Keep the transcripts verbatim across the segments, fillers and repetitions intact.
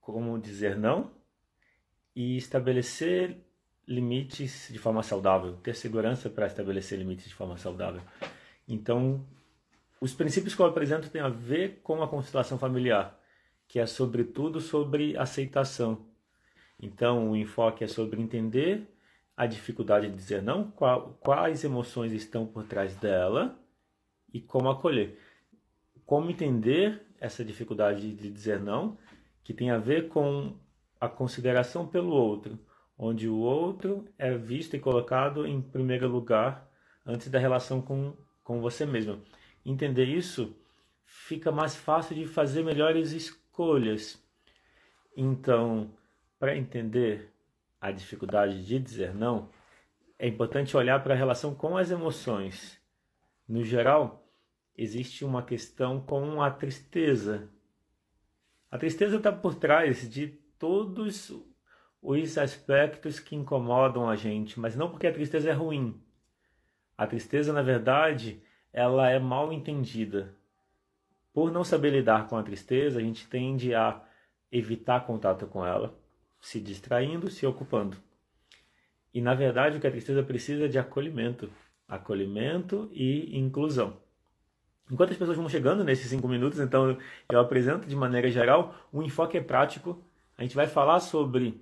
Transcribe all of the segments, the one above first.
como dizer não e estabelecer limites de forma saudável, ter segurança para estabelecer limites de forma saudável. Então, os princípios que eu apresento têm a ver com a constelação familiar, que é sobretudo sobre aceitação. Então, o enfoque é sobre entender a dificuldade de dizer não, qual, quais emoções estão por trás dela e como acolher. Como entender essa dificuldade de dizer não, que tem a ver com a consideração pelo outro, onde o outro é visto e colocado em primeiro lugar antes da relação com, com você mesmo. Entender isso fica mais fácil de fazer melhores escolhas. Então, para entender a dificuldade de dizer não, é importante olhar para a relação com as emoções. No geral, existe uma questão com a tristeza. A tristeza está por trás de todos os aspectos que incomodam a gente, mas não porque a tristeza é ruim. A tristeza, na verdade, ela é mal entendida. Por não saber lidar com a tristeza, a gente tende a evitar contato com ela, se distraindo, se ocupando. E, na verdade, o que a tristeza precisa é de acolhimento. Acolhimento e inclusão. Enquanto as pessoas vão chegando nesses cinco minutos, então eu apresento de maneira geral, o enfoque é prático. A gente vai falar sobre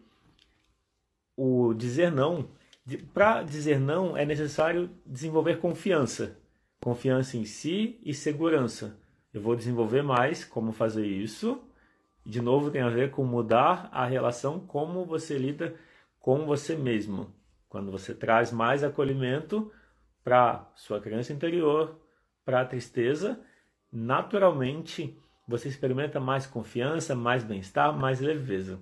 o dizer não. Para dizer não é necessário desenvolver confiança. Confiança em si e segurança. Eu vou desenvolver mais como fazer isso. De novo, tem a ver com mudar a relação, como você lida com você mesmo. Quando você traz mais acolhimento para sua criança interior, para a tristeza, naturalmente você experimenta mais confiança, mais bem-estar, mais leveza.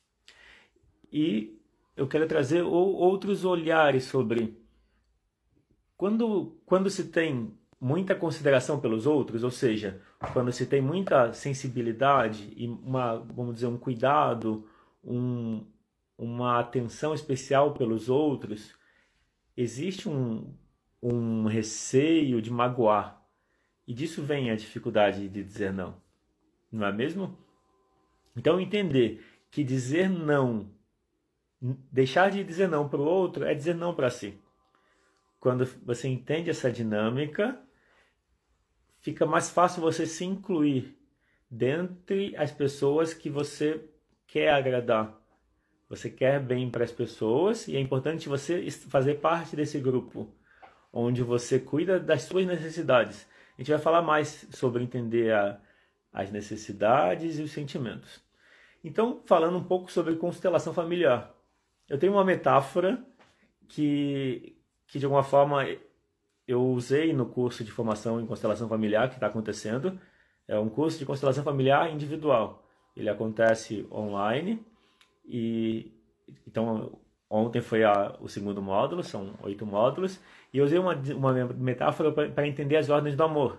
E eu quero trazer outros olhares sobre quando, quando se tem muita consideração pelos outros, ou seja, quando se tem muita sensibilidade e uma, vamos dizer, um cuidado, um, uma atenção especial pelos outros, existe um, um receio de magoar. E disso vem a dificuldade de dizer não. Não é mesmo? Então, entender que dizer não, deixar de dizer não para o outro é dizer não para si. Quando você entende essa dinâmica, fica mais fácil você se incluir dentre as pessoas que você quer agradar. Você quer bem para as pessoas e é importante você fazer parte desse grupo, onde você cuida das suas necessidades. A gente vai falar mais sobre entender a, as necessidades e os sentimentos. Então, falando um pouco sobre constelação familiar. Eu tenho uma metáfora que, que de alguma forma, eu usei no curso de formação em constelação familiar que está acontecendo. É um curso de constelação familiar individual. Ele acontece online e então ontem foi a, o segundo módulo, são oito módulos, e eu usei uma, uma metáfora para entender as ordens do amor.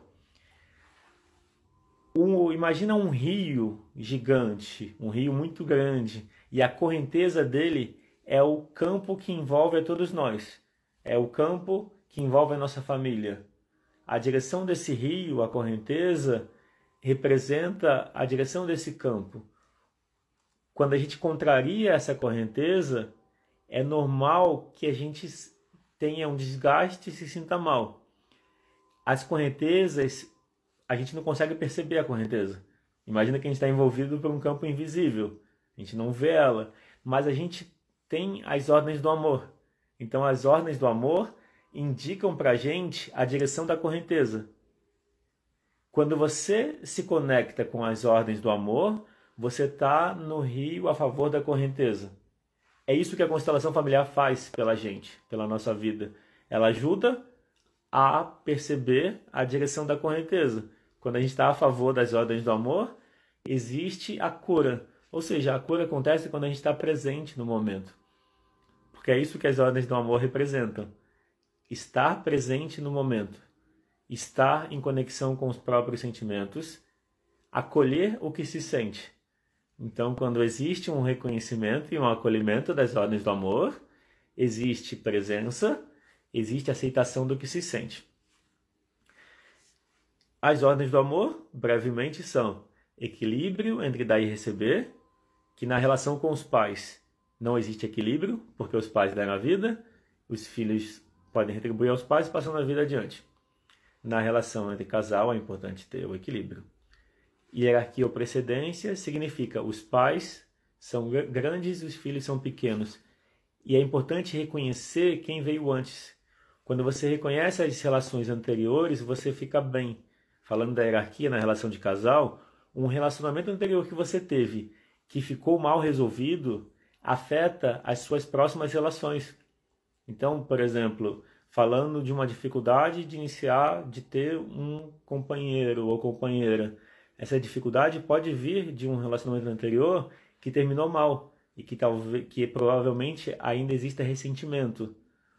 Um, imagina um rio gigante, um rio muito grande, e a correnteza dele é o campo que envolve a todos nós. É o campo que envolve a nossa família. A direção desse rio, a correnteza, representa a direção desse campo. Quando a gente contraria essa correnteza, é normal que a gente tenha um desgaste e se sinta mal. As correntezas, a gente não consegue perceber a correnteza. Imagina que a gente está envolvido por um campo invisível. A gente não vê ela, mas a gente tem as ordens do amor. Então, as ordens do amor indicam para a gente a direção da correnteza. Quando você se conecta com as ordens do amor, você está no rio a favor da correnteza. É isso que a constelação familiar faz pela gente, pela nossa vida. Ela ajuda a perceber a direção da correnteza. Quando a gente está a favor das ordens do amor, existe a cura. Ou seja, a cura acontece quando a gente está presente no momento. Porque é isso que as ordens do amor representam. Estar presente no momento. Estar em conexão com os próprios sentimentos. Acolher o que se sente. Então, quando existe um reconhecimento e um acolhimento das ordens do amor, existe presença, existe aceitação do que se sente. As ordens do amor, brevemente, são equilíbrio entre dar e receber, que na relação com os pais não existe equilíbrio, porque os pais deram a vida, os filhos podem retribuir aos pais passando a vida adiante. Na relação entre casal é importante ter o equilíbrio. Hierarquia ou precedência significa os pais são grandes e os filhos são pequenos. E é importante reconhecer quem veio antes. Quando você reconhece as relações anteriores, você fica bem. Falando da hierarquia na relação de casal, um relacionamento anterior que você teve, que ficou mal resolvido, afeta as suas próximas relações. Então, por exemplo, falando de uma dificuldade de iniciar, de ter um companheiro ou companheira, essa dificuldade pode vir de um relacionamento anterior que terminou mal e que, talvez, que provavelmente ainda exista ressentimento.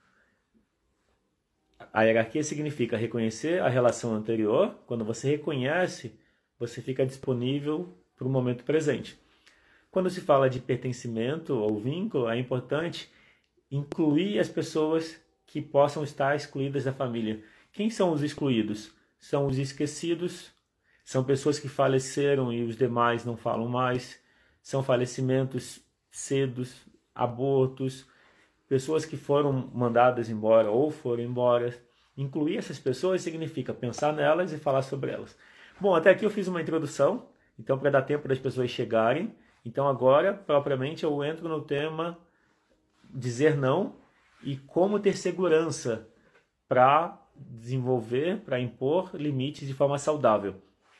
A hierarquia significa reconhecer a relação anterior. Quando você reconhece, você fica disponível para o momento presente. Quando se fala de pertencimento ou vínculo, é importante incluir as pessoas que possam estar excluídas da família. Quem são os excluídos? São os esquecidos, são pessoas que faleceram e os demais não falam mais, são falecimentos cedos, abortos, pessoas que foram mandadas embora ou foram embora. Incluir essas pessoas significa pensar nelas e falar sobre elas. Bom, até aqui eu fiz uma introdução, então para dar tempo das pessoas chegarem. Então agora, propriamente, eu entro no tema dizer não e como ter segurança para desenvolver, para impor limites de forma saudável.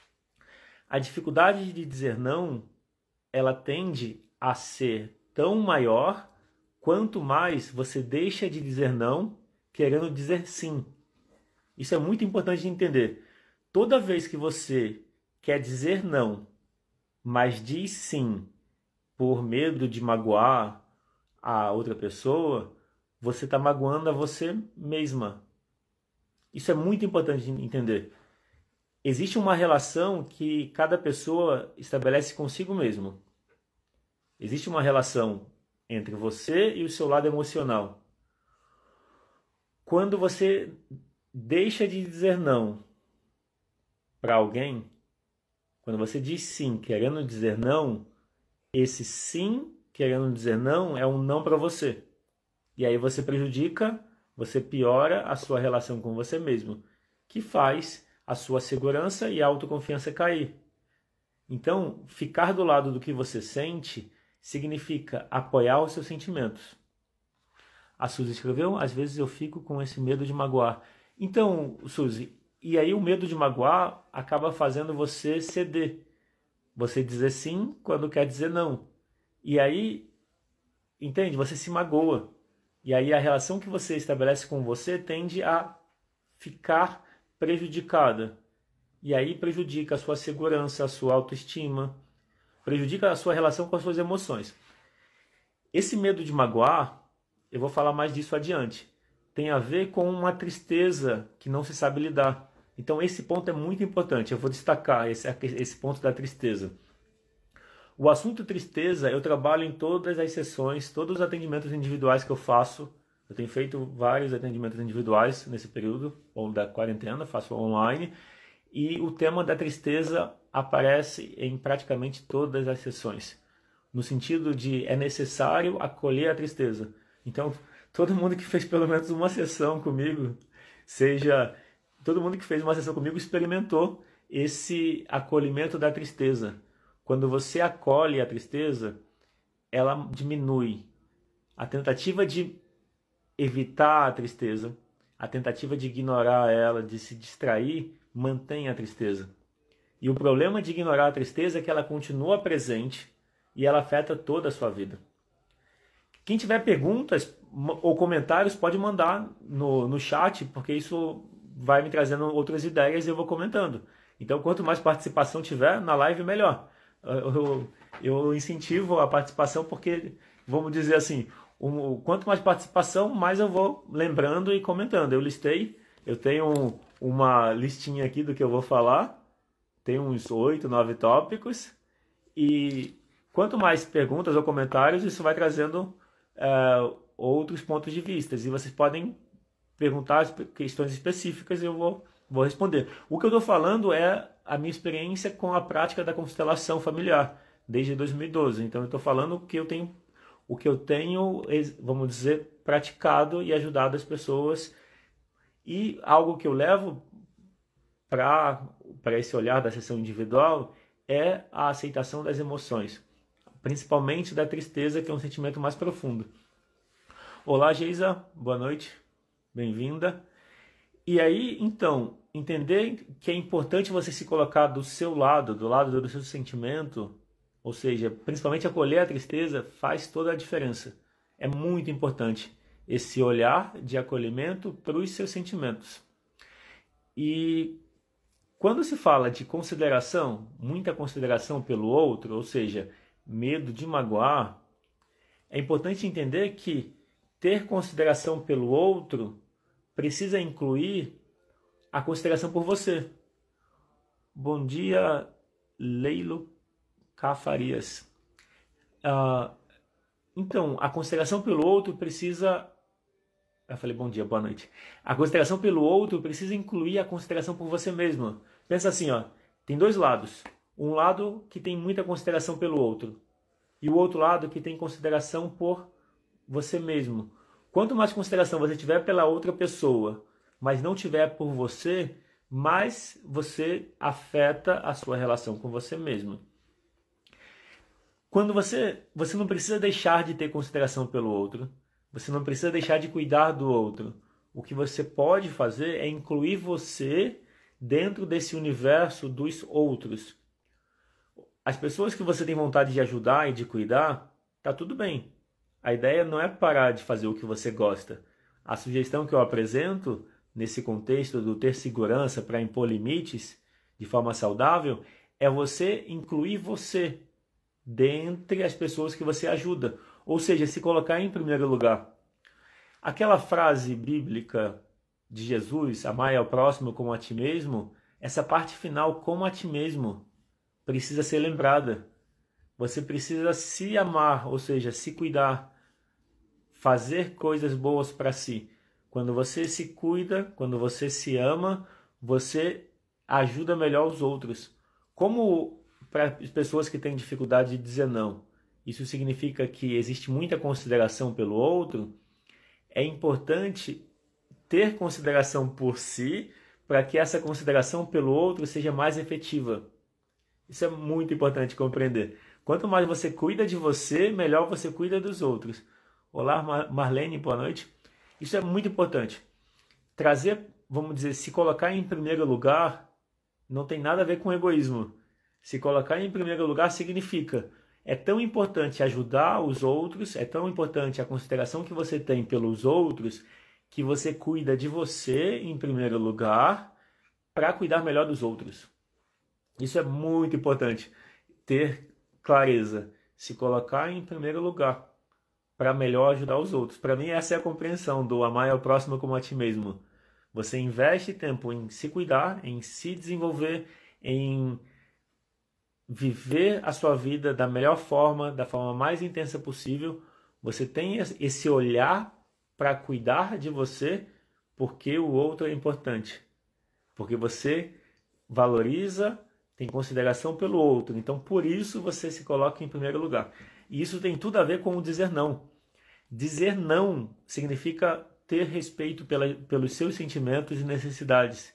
A dificuldade de dizer não, ela tende a ser tão maior quanto mais você deixa de dizer não querendo dizer sim. Isso é muito importante de entender. Toda vez que você quer dizer não, mas diz sim por medo de magoar a outra pessoa, você está magoando a você mesma. Isso é muito importante de entender. Existe uma relação que cada pessoa estabelece consigo mesmo. Existe uma relação entre você e o seu lado emocional. Quando você deixa de dizer não para alguém, quando você diz sim querendo dizer não, esse sim querendo dizer não é um não para você. E aí você prejudica, você piora a sua relação com você mesmo, que faz a sua segurança e autoconfiança cair. Então, ficar do lado do que você sente significa apoiar os seus sentimentos. A Suzy escreveu, às vezes eu fico com esse medo de magoar. Então, Suzy, e aí o medo de magoar acaba fazendo você ceder. Você dizer sim quando quer dizer não. E aí, entende? Você se magoa. E aí a relação que você estabelece com você tende a ficar prejudicada. E aí prejudica a sua segurança, a sua autoestima, prejudica a sua relação com as suas emoções. Esse medo de magoar, eu vou falar mais disso adiante, tem a ver com uma tristeza que não se sabe lidar. Então esse ponto é muito importante, eu vou destacar esse, esse ponto da tristeza. O assunto tristeza eu trabalho em todas as sessões, todos os atendimentos individuais que eu faço. Eu tenho feito vários atendimentos individuais nesse período, ou da quarentena, faço online. E o tema da tristeza aparece em praticamente todas as sessões. No sentido de é necessário acolher a tristeza. Então, todo mundo que fez pelo menos uma sessão comigo, seja... Todo mundo que fez uma sessão comigo experimentou esse acolhimento da tristeza. Quando você acolhe a tristeza, ela diminui. A tentativa de evitar a tristeza, a tentativa de ignorar ela, de se distrair, mantém a tristeza. E o problema de ignorar a tristeza é que ela continua presente e ela afeta toda a sua vida. Quem tiver perguntas ou comentários pode mandar no, no chat, porque isso vai me trazendo outras ideias e eu vou comentando. Então, quanto mais participação tiver na live, melhor. Eu, eu incentivo a participação porque, vamos dizer assim, um, quanto mais participação, mais eu vou lembrando e comentando. Eu listei, eu tenho uma listinha aqui do que eu vou falar, tem uns oito, nove tópicos, e quanto mais perguntas ou comentários, isso vai trazendo é, outros pontos de vista. E vocês podem perguntar questões específicas e eu vou, vou responder. O que eu estou falando é a minha experiência com a prática da constelação familiar. desde dois mil e doze. Então eu estou falando que eu tenho, o que eu tenho, vamos dizer, praticado e ajudado as pessoas. E algo que eu levo para para esse olhar da sessão individual é a aceitação das emoções, principalmente da tristeza, que é um sentimento mais profundo. Olá, Geisa, boa noite, bem-vinda. E aí, então, entender que é importante você se colocar do seu lado, do lado do seu sentimento, ou seja, principalmente acolher a tristeza, faz toda a diferença. É muito importante esse olhar de acolhimento para os seus sentimentos. E quando se fala de consideração, muita consideração pelo outro, ou seja, medo de magoar, é importante entender que ter consideração pelo outro precisa incluir a consideração por você. Bom dia, Leilo Cafarias. Uh, então, a consideração pelo outro precisa... Eu falei bom dia, boa noite. A consideração pelo outro precisa incluir a consideração por você mesmo. Pensa assim, ó, tem dois lados. Um lado que tem muita consideração pelo outro e o outro lado que tem consideração por você mesmo. Quanto mais consideração você tiver pela outra pessoa, mas não tiver por você, mais você afeta a sua relação com você mesmo. Quando você, você não precisa deixar de ter consideração pelo outro, você não precisa deixar de cuidar do outro. O que você pode fazer é incluir você dentro desse universo dos outros. As pessoas que você tem vontade de ajudar e de cuidar, tá tudo bem. A ideia não é parar de fazer o que você gosta. A sugestão que eu apresento, nesse contexto do ter segurança para impor limites de forma saudável, é você incluir você dentre as pessoas que você ajuda. Ou seja, se colocar em primeiro lugar. Aquela frase bíblica de Jesus, amai ao próximo como a ti mesmo, essa parte final, como a ti mesmo, precisa ser lembrada. Você precisa se amar, ou seja, se cuidar, fazer coisas boas para si. Quando você se cuida, quando você se ama, você ajuda melhor os outros. Como para as pessoas que têm dificuldade de dizer não, isso significa que existe muita consideração pelo outro, é importante ter consideração por si para que essa consideração pelo outro seja mais efetiva. Isso é muito importante compreender. Quanto mais você cuida de você, melhor você cuida dos outros. Olá, Marlene, boa noite. Isso é muito importante. Trazer, vamos dizer, se colocar em primeiro lugar não tem nada a ver com egoísmo. Se colocar em primeiro lugar significa, é tão importante ajudar os outros, é tão importante a consideração que você tem pelos outros, que você cuida de você em primeiro lugar para cuidar melhor dos outros. Isso é muito importante, ter clareza, se colocar em primeiro lugar para melhor ajudar os outros. Para mim, essa é a compreensão do amar ao próximo como a ti mesmo. Você investe tempo em se cuidar, em se desenvolver, em viver a sua vida da melhor forma, da forma mais intensa possível. Você tem esse olhar para cuidar de você, porque o outro é importante. Porque você valoriza, tem consideração pelo outro. Então, por isso, você se coloca em primeiro lugar. E isso tem tudo a ver com o dizer não. Dizer não significa ter respeito pela, pelos seus sentimentos e necessidades.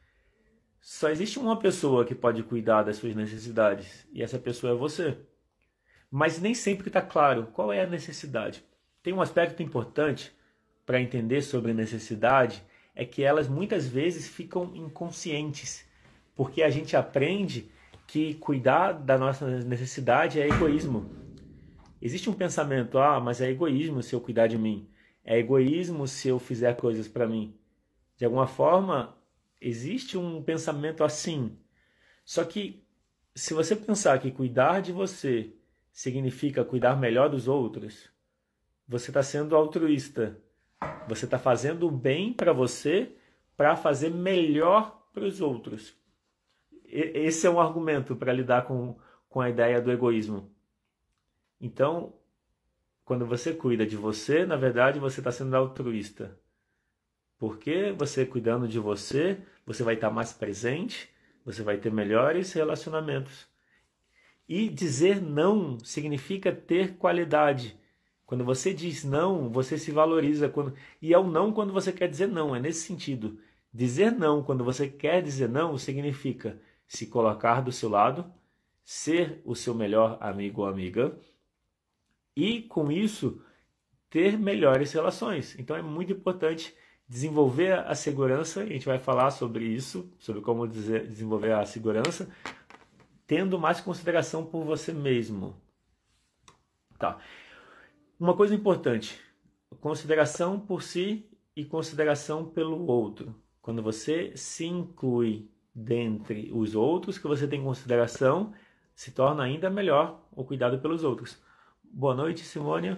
Só existe uma pessoa que pode cuidar das suas necessidades, e essa pessoa é você. Mas nem sempre está claro qual é a necessidade. Tem um aspecto importante para entender sobre necessidade, é que elas muitas vezes ficam inconscientes, porque a gente aprende que cuidar da nossa necessidade é egoísmo. Existe um pensamento, ah, mas é egoísmo se eu cuidar de mim, é egoísmo se eu fizer coisas para mim. De alguma forma, existe um pensamento assim. Só que, se você pensar que cuidar de você significa cuidar melhor dos outros, você está sendo altruísta. Você está fazendo o bem para você para fazer melhor para os outros. Esse é um argumento para lidar com, com a ideia do egoísmo. Então, quando você cuida de você, na verdade, você está sendo altruísta. Porque você cuidando de você, você vai estar mais presente, você vai ter melhores relacionamentos. E dizer não significa ter qualidade. Quando você diz não, você se valoriza. Quando... E é o não quando você quer dizer não, é nesse sentido. Dizer não quando você quer dizer não significa se colocar do seu lado, ser o seu melhor amigo ou amiga e, com isso, ter melhores relações. Então é muito importante desenvolver a segurança, a gente vai falar sobre isso, sobre como dizer, desenvolver a segurança, tendo mais consideração por você mesmo. Tá. Uma coisa importante, consideração por si e consideração pelo outro. Quando você se inclui dentre os outros que você tem consideração, se torna ainda melhor o cuidado pelos outros. Boa noite, Simônia.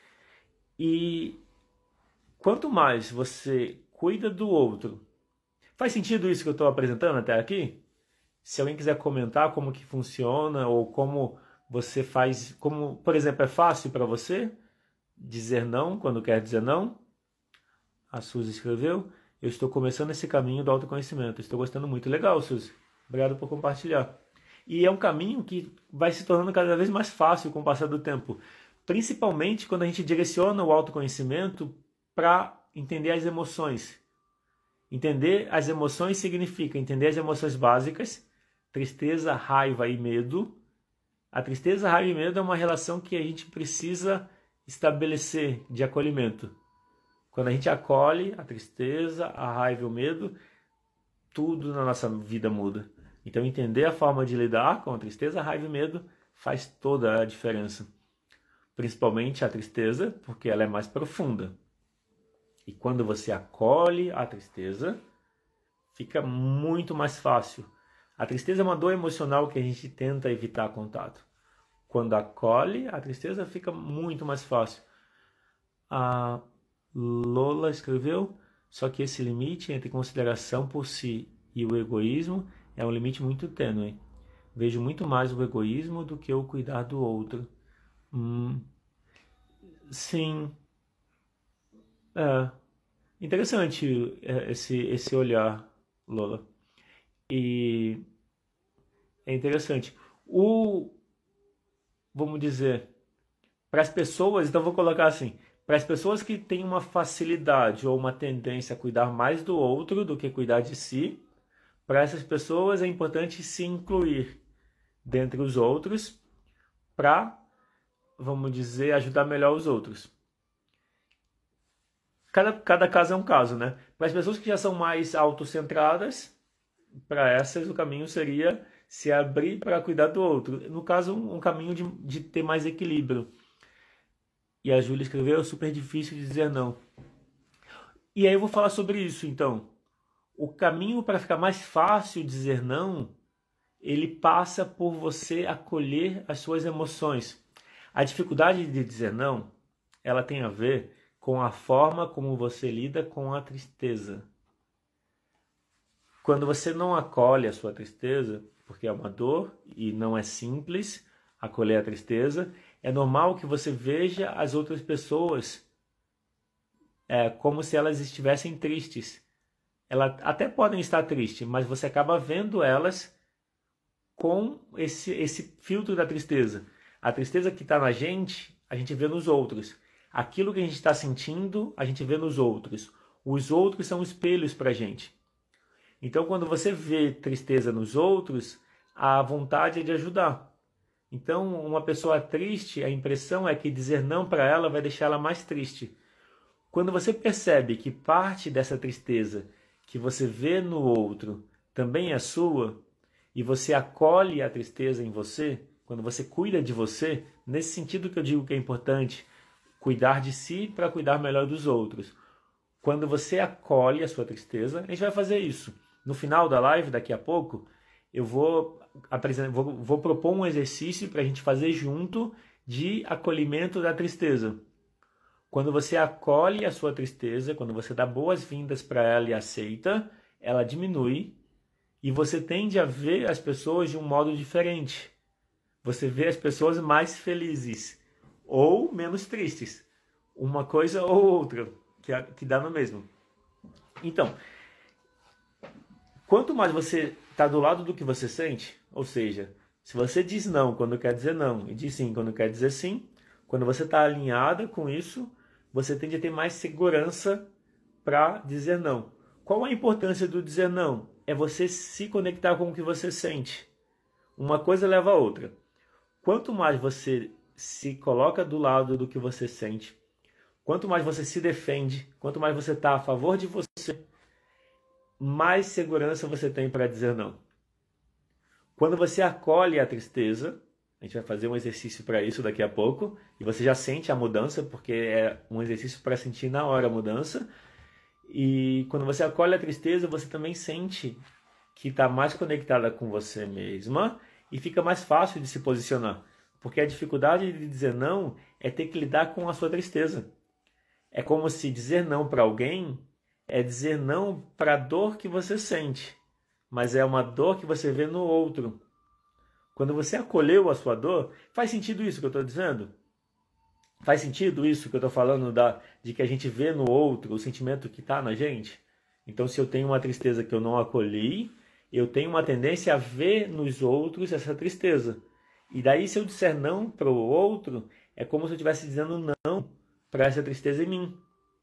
E quanto mais você cuida do outro, faz sentido isso que eu estou apresentando até aqui? Se alguém quiser comentar como que funciona ou como você faz, como, por exemplo, é fácil para você dizer não quando quer dizer não? A Suzy escreveu: eu estou começando esse caminho do autoconhecimento. Estou gostando muito. Legal, Suzy. Obrigado por compartilhar. E é um caminho que vai se tornando cada vez mais fácil com o passar do tempo. Principalmente quando a gente direciona o autoconhecimento para entender as emoções. Entender as emoções significa entender as emoções básicas, tristeza, raiva e medo. A tristeza, raiva e medo é uma relação que a gente precisa estabelecer de acolhimento. Quando a gente acolhe a tristeza, a raiva e o medo, tudo na nossa vida muda. Então entender a forma de lidar com a tristeza, a raiva e o medo faz toda a diferença. Principalmente a tristeza, porque ela é mais profunda. E quando você acolhe a tristeza, fica muito mais fácil. A tristeza é uma dor emocional que a gente tenta evitar contato. Quando acolhe a tristeza, fica muito mais fácil. A Lola escreveu: só que esse limite entre consideração por si e o egoísmo é um limite muito tênue. Vejo muito mais o egoísmo do que o cuidar do outro. Hum, sim. É. Interessante esse, esse olhar, Lola. E é interessante. O, vamos dizer, para as pessoas, então vou colocar assim, para as pessoas que têm uma facilidade ou uma tendência a cuidar mais do outro do que cuidar de si, para essas pessoas é importante se incluir dentre os outros para, vamos dizer, ajudar melhor os outros. Cada, cada caso é um caso, né? Para as pessoas que já são mais autocentradas, para essas o caminho seria se abrir para cuidar do outro. No caso, um, um caminho de, de ter mais equilíbrio. E a Júlia escreveu: é super difícil de dizer não. E aí eu vou falar sobre isso, então. O caminho para ficar mais fácil dizer não, ele passa por você acolher as suas emoções. A dificuldade de dizer não, ela tem a ver com a forma como você lida com a tristeza. Quando você não acolhe a sua tristeza, porque é uma dor e não é simples acolher a tristeza, é normal que você veja as outras pessoas é, como se elas estivessem tristes. Elas até podem estar tristes, mas você acaba vendo elas com esse, esse filtro da tristeza. A tristeza que está na gente, a gente vê nos outros. Aquilo que a gente está sentindo, a gente vê nos outros. Os outros são espelhos para a gente. Então, quando você vê tristeza nos outros, a vontade é de ajudar. Então, uma pessoa triste, a impressão é que dizer não para ela vai deixar ela mais triste. Quando você percebe que parte dessa tristeza que você vê no outro também é sua, e você acolhe a tristeza em você, quando você cuida de você, nesse sentido que eu digo que é importante, cuidar de si para cuidar melhor dos outros. Quando você acolhe a sua tristeza, a gente vai fazer isso. No final da live, daqui a pouco, eu vou, apresentar, vou, vou propor um exercício para a gente fazer junto de acolhimento da tristeza. Quando você acolhe a sua tristeza, quando você dá boas-vindas para ela e aceita, ela diminui e você tende a ver as pessoas de um modo diferente. Você vê as pessoas mais felizes ou menos tristes. Uma coisa ou outra, que, que dá no mesmo. Então, quanto mais você está do lado do que você sente, ou seja, Se você diz não quando quer dizer não e diz sim quando quer dizer sim, quando você está alinhada com isso, você tende a ter mais segurança para dizer não. Qual a importância do dizer não? É você se conectar com o que você sente. Uma coisa leva a outra. Quanto mais você se coloca do lado do que você sente, quanto mais você se defende, quanto mais você está a favor de você, mais segurança você tem para dizer não. Quando você acolhe a tristeza, a gente vai fazer um exercício para isso daqui a pouco, e você já sente a mudança, porque é um exercício para sentir na hora a mudança. E quando você acolhe a tristeza, você também sente que está mais conectada com você mesma e fica mais fácil de se posicionar. Porque a dificuldade de dizer não é ter que lidar com a sua tristeza. É como se dizer não para alguém é dizer não para a dor que você sente, mas é uma dor que você vê no outro. Quando você acolheu a sua dor, faz sentido isso que eu estou dizendo? Faz sentido isso que eu estou falando da, de que a gente vê no outro o sentimento que está na gente? Então, se eu tenho uma tristeza que eu não acolhi, eu tenho uma tendência a ver nos outros essa tristeza. E daí, se eu disser não para o outro, é como se eu estivesse dizendo não para essa tristeza em mim.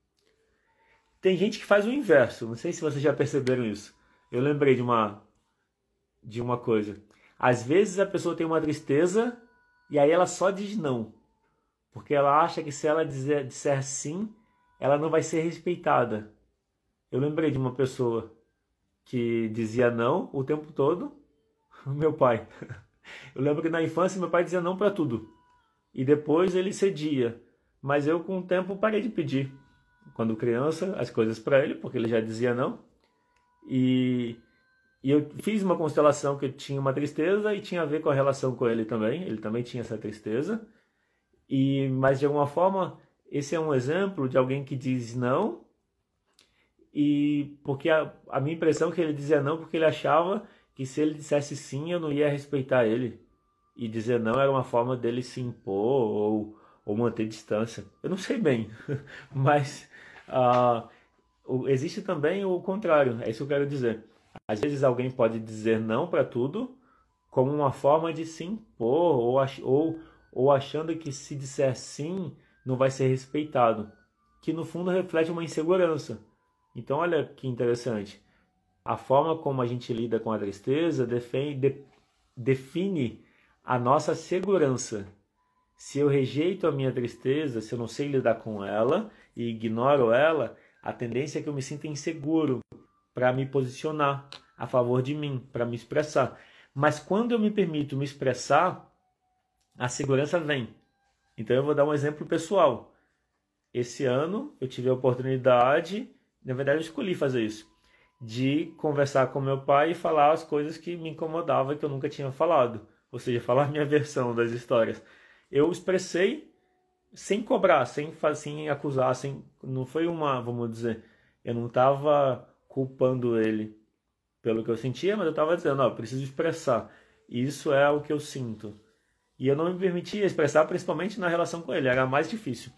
Tem gente que faz o inverso. Não sei se vocês já perceberam isso. Eu lembrei de uma, de uma coisa. Às vezes a pessoa tem uma tristeza e aí ela só diz não. Porque ela acha que se ela dizer, disser sim, ela não vai ser respeitada. Eu lembrei de uma pessoa que dizia não o tempo todo. Meu pai. Eu lembro que na infância meu pai dizia não para tudo. E depois ele cedia. Mas eu com o tempo parei de pedir. Quando criança, as coisas para ele, porque ele já dizia não. E, e eu fiz uma constelação que tinha uma tristeza e tinha a ver com a relação com ele também. Ele também tinha essa tristeza. E, mas de alguma forma, esse é um exemplo de alguém que diz não. E porque a, a minha impressão é que ele dizia não porque ele achava que se ele dissesse sim, eu não ia respeitar ele. E dizer não era uma forma dele se impor ou, ou manter distância. Eu não sei bem, mas uh, existe também o contrário, é isso que eu quero dizer. Às vezes alguém pode dizer não para tudo como uma forma de se impor ou, ou, ou achando que se disser sim não vai ser respeitado, que no fundo reflete uma insegurança. Então olha que interessante, a forma como a gente lida com a tristeza define, de, define a nossa segurança. Se eu rejeito a minha tristeza, se eu não sei lidar com ela e ignoro ela, a tendência é que eu me sinta inseguro para me posicionar a favor de mim, para me expressar. Mas quando eu me permito me expressar, a segurança vem. Então eu vou dar um exemplo pessoal. Esse ano eu tive a oportunidade, na verdade eu escolhi fazer isso, de conversar com meu pai e falar as coisas que me incomodavam e que eu nunca tinha falado. Ou seja, falar a minha versão das histórias. Eu expressei sem cobrar, sem, sem acusar, sem, não foi uma, vamos dizer, eu não estava culpando ele pelo que eu sentia, mas eu estava dizendo, ó, eu preciso expressar. Isso é o que eu sinto. E eu não me permitia expressar, principalmente na relação com ele, era mais difícil.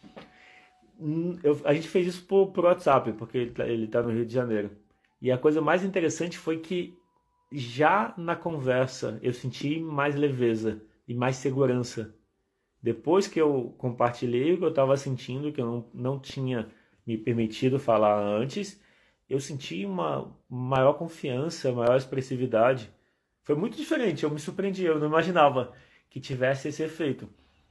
Eu, a gente fez isso por, por WhatsApp, porque ele está no Rio de Janeiro. E a coisa mais interessante foi que já na conversa eu senti mais leveza e mais segurança. Depois que eu compartilhei o que eu estava sentindo, que eu não, não tinha me permitido falar antes, eu senti uma maior confiança, maior expressividade. Foi muito diferente, eu me surpreendi, eu não imaginava que tivesse esse efeito.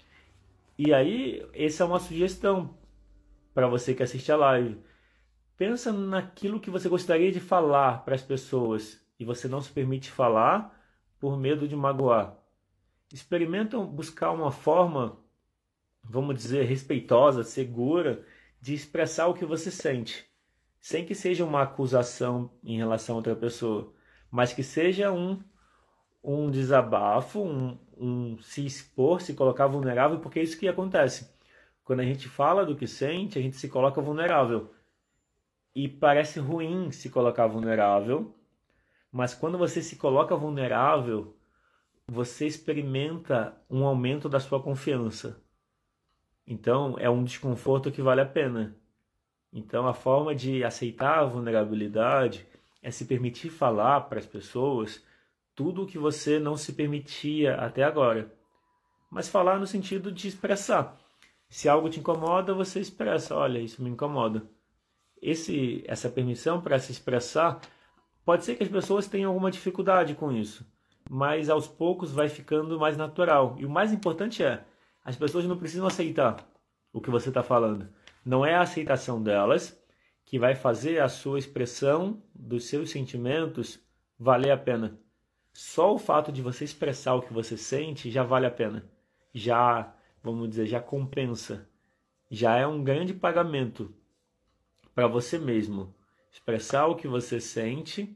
E aí, essa é uma sugestão para você que assiste a live. Pensa naquilo que você gostaria de falar para as pessoas e você não se permite falar por medo de magoar. Experimentam buscar uma forma, vamos dizer, respeitosa, segura, de expressar o que você sente. Sem que seja uma acusação em relação a outra pessoa, mas que seja um, um desabafo, um, um se expor, se colocar vulnerável, porque é isso que acontece. Quando a gente fala do que sente, a gente se coloca vulnerável. E parece ruim se colocar vulnerável, mas quando você se coloca vulnerável, você experimenta um aumento da sua confiança. Então, é um desconforto que vale a pena. Então, a forma de aceitar a vulnerabilidade é se permitir falar para as pessoas tudo o que você não se permitia até agora. Mas falar no sentido de expressar. Se algo te incomoda, você expressa, olha, isso me incomoda. Esse, essa permissão para se expressar, pode ser que as pessoas tenham alguma dificuldade com isso, mas aos poucos vai ficando mais natural. E o mais importante é, as pessoas não precisam aceitar o que você está falando. Não é a aceitação delas que vai fazer a sua expressão dos seus sentimentos valer a pena. Só o fato de você expressar o que você sente já vale a pena. Já, vamos dizer, já compensa. Já é um grande pagamento para você mesmo. Expressar o que você sente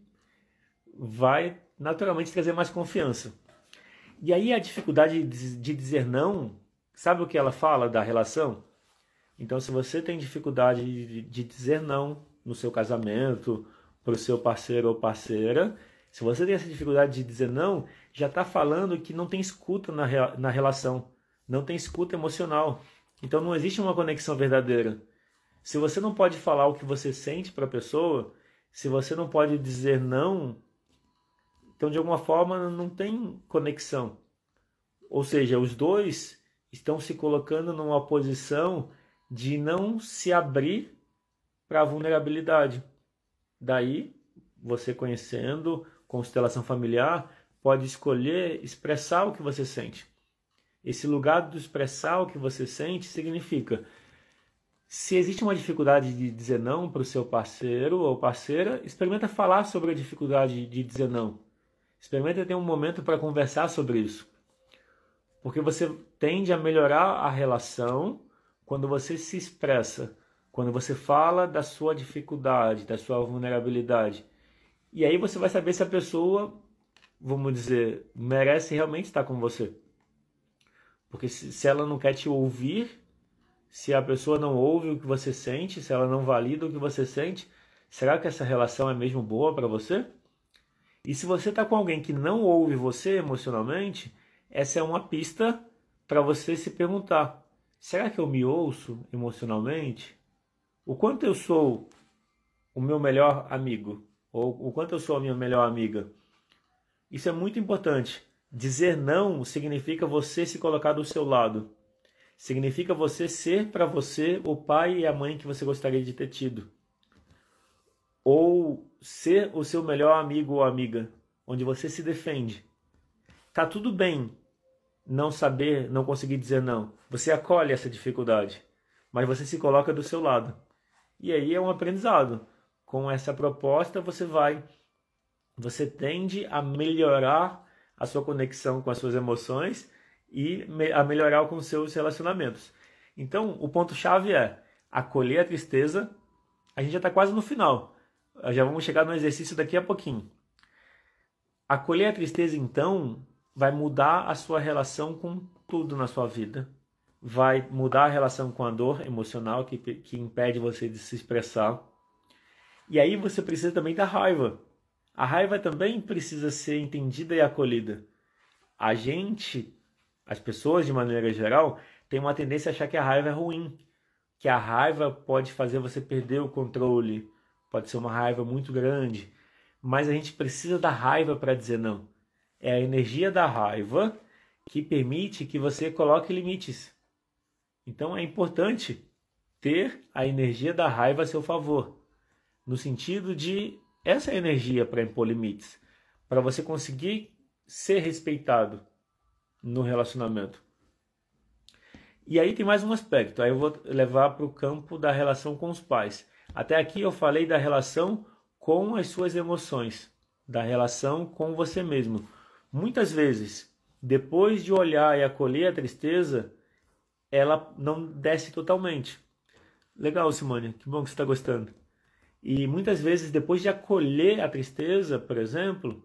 vai naturalmente trazer mais confiança. E aí a dificuldade de dizer não, sabe o que ela fala da relação? Então, se você tem dificuldade de dizer não no seu casamento, para o seu parceiro ou parceira, se você tem essa dificuldade de dizer não, já está falando que não tem escuta na, na relação, não tem escuta emocional. Então, não existe uma conexão verdadeira. Se você não pode falar o que você sente para a pessoa, se você não pode dizer não, então, de alguma forma, não tem conexão. Ou seja, os dois estão se colocando numa posição de não se abrir para a vulnerabilidade. Daí, você conhecendo constelação familiar, pode escolher expressar o que você sente. Esse lugar do expressar o que você sente significa, se existe uma dificuldade de dizer não para o seu parceiro ou parceira, experimenta falar sobre a dificuldade de dizer não. Experimenta ter um momento para conversar sobre isso. Porque você tende a melhorar a relação quando você se expressa, quando você fala da sua dificuldade, da sua vulnerabilidade. E aí você vai saber se a pessoa, vamos dizer, merece realmente estar com você. Porque se, se ela não quer te ouvir, se a pessoa não ouve o que você sente, se ela não valida o que você sente, será que essa relação é mesmo boa para você? E se você está com alguém que não ouve você emocionalmente, essa é uma pista para você se perguntar, será que eu me ouço emocionalmente? O quanto eu sou o meu melhor amigo? Ou o quanto eu sou a minha melhor amiga? Isso é muito importante. Dizer não significa você se colocar do seu lado. Significa você ser para você o pai e a mãe que você gostaria de ter tido. Ou ser o seu melhor amigo ou amiga, onde você se defende. Tá tudo bem não saber, não conseguir dizer não. Você acolhe essa dificuldade, mas você se coloca do seu lado. E aí é um aprendizado. Com essa proposta você vai, você tende a melhorar a sua conexão com as suas emoções e a melhorar com os seus relacionamentos. Então, o ponto-chave é acolher a tristeza. A gente já está quase no final. Já vamos chegar no exercício daqui a pouquinho. Acolher a tristeza, então, vai mudar a sua relação com tudo na sua vida. Vai mudar a relação com a dor emocional que, que impede você de se expressar. E aí você precisa também da raiva. A raiva também precisa ser entendida e acolhida. A gente, as pessoas de maneira geral, têm uma tendência a achar que a raiva é ruim. Que a raiva pode fazer você perder o controle. Pode ser uma raiva muito grande. Mas a gente precisa da raiva para dizer não. É a energia da raiva que permite que você coloque limites. Então é importante ter a energia da raiva a seu favor. No sentido de essa energia para impor limites. Para você conseguir ser respeitado no relacionamento. E aí tem mais um aspecto. Aí eu vou levar para o campo da relação com os pais. Até aqui eu falei da relação com as suas emoções. Da relação com você mesmo. Muitas vezes, depois de olhar e acolher a tristeza, ela não desce totalmente. Legal, Simone, que bom que você está gostando. E muitas vezes, depois de acolher a tristeza, por exemplo,